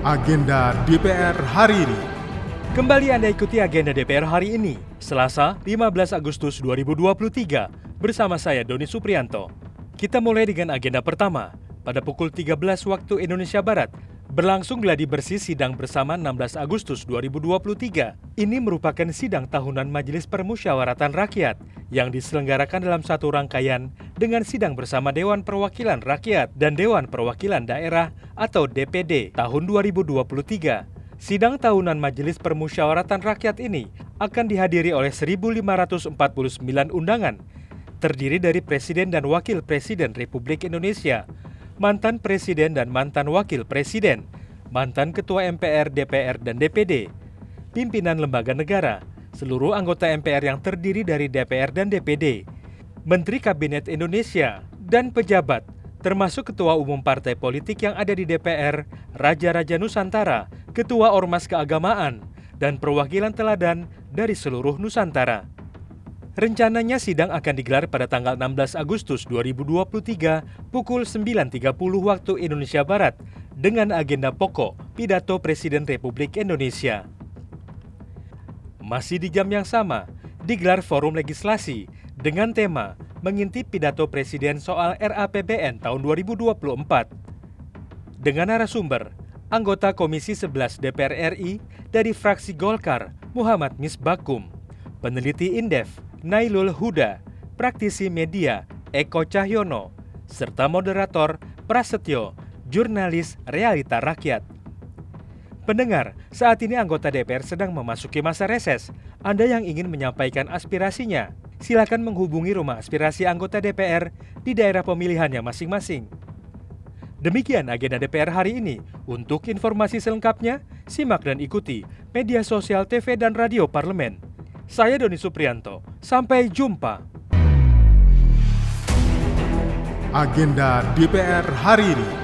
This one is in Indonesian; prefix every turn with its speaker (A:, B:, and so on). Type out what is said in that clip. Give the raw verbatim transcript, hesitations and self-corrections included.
A: Agenda D P R hari ini.
B: Kembali Anda ikuti agenda D P R hari ini, Selasa lima belas Agustus dua ribu dua puluh tiga, bersama saya Doni Supriyanto. Kita mulai dengan agenda pertama. Pada pukul tiga belas waktu Indonesia Barat, berlangsung gladi bersih sidang bersama enam belas Agustus dua ribu dua puluh tiga. Ini merupakan sidang tahunan Majelis Permusyawaratan Rakyat yang diselenggarakan dalam satu rangkaian dengan sidang bersama Dewan Perwakilan Rakyat dan Dewan Perwakilan Daerah atau D P D tahun dua ribu dua puluh tiga. Sidang tahunan Majelis Permusyawaratan Rakyat ini akan dihadiri oleh seribu lima ratus empat puluh sembilan undangan, terdiri dari Presiden dan Wakil Presiden Republik Indonesia, mantan Presiden dan mantan Wakil Presiden, mantan Ketua M P R, D P R, dan D P D, pimpinan lembaga negara, seluruh anggota M P R yang terdiri dari D P R dan D P D, Menteri Kabinet Indonesia, dan pejabat, termasuk Ketua Umum Partai Politik yang ada di D P R, Raja-Raja Nusantara, Ketua Ormas Keagamaan, dan perwakilan teladan dari seluruh Nusantara. Rencananya sidang akan digelar pada tanggal enam belas Agustus dua ribu dua puluh tiga pukul sembilan tiga puluh waktu Indonesia Barat dengan agenda pokok pidato Presiden Republik Indonesia. Masih di jam yang sama, digelar forum legislasi dengan tema mengintip pidato Presiden soal R A P B N tahun dua ribu dua puluh empat. Dengan narasumber, anggota Komisi sebelas D P R R I dari fraksi Golkar, Muhammad Misbakum, peneliti Indef, Nailul Huda, praktisi media, Eko Cahyono, serta moderator, Prasetyo, jurnalis Realita Rakyat. Pendengar, saat ini anggota D P R sedang memasuki masa reses. Anda yang ingin menyampaikan aspirasinya, silakan menghubungi rumah aspirasi anggota D P R di daerah pemilihannya masing-masing. Demikian agenda D P R hari ini. Untuk informasi selengkapnya, simak dan ikuti media sosial T V dan radio parlemen. Saya Doni Supriyanto, sampai jumpa.
A: Agenda D P R hari ini.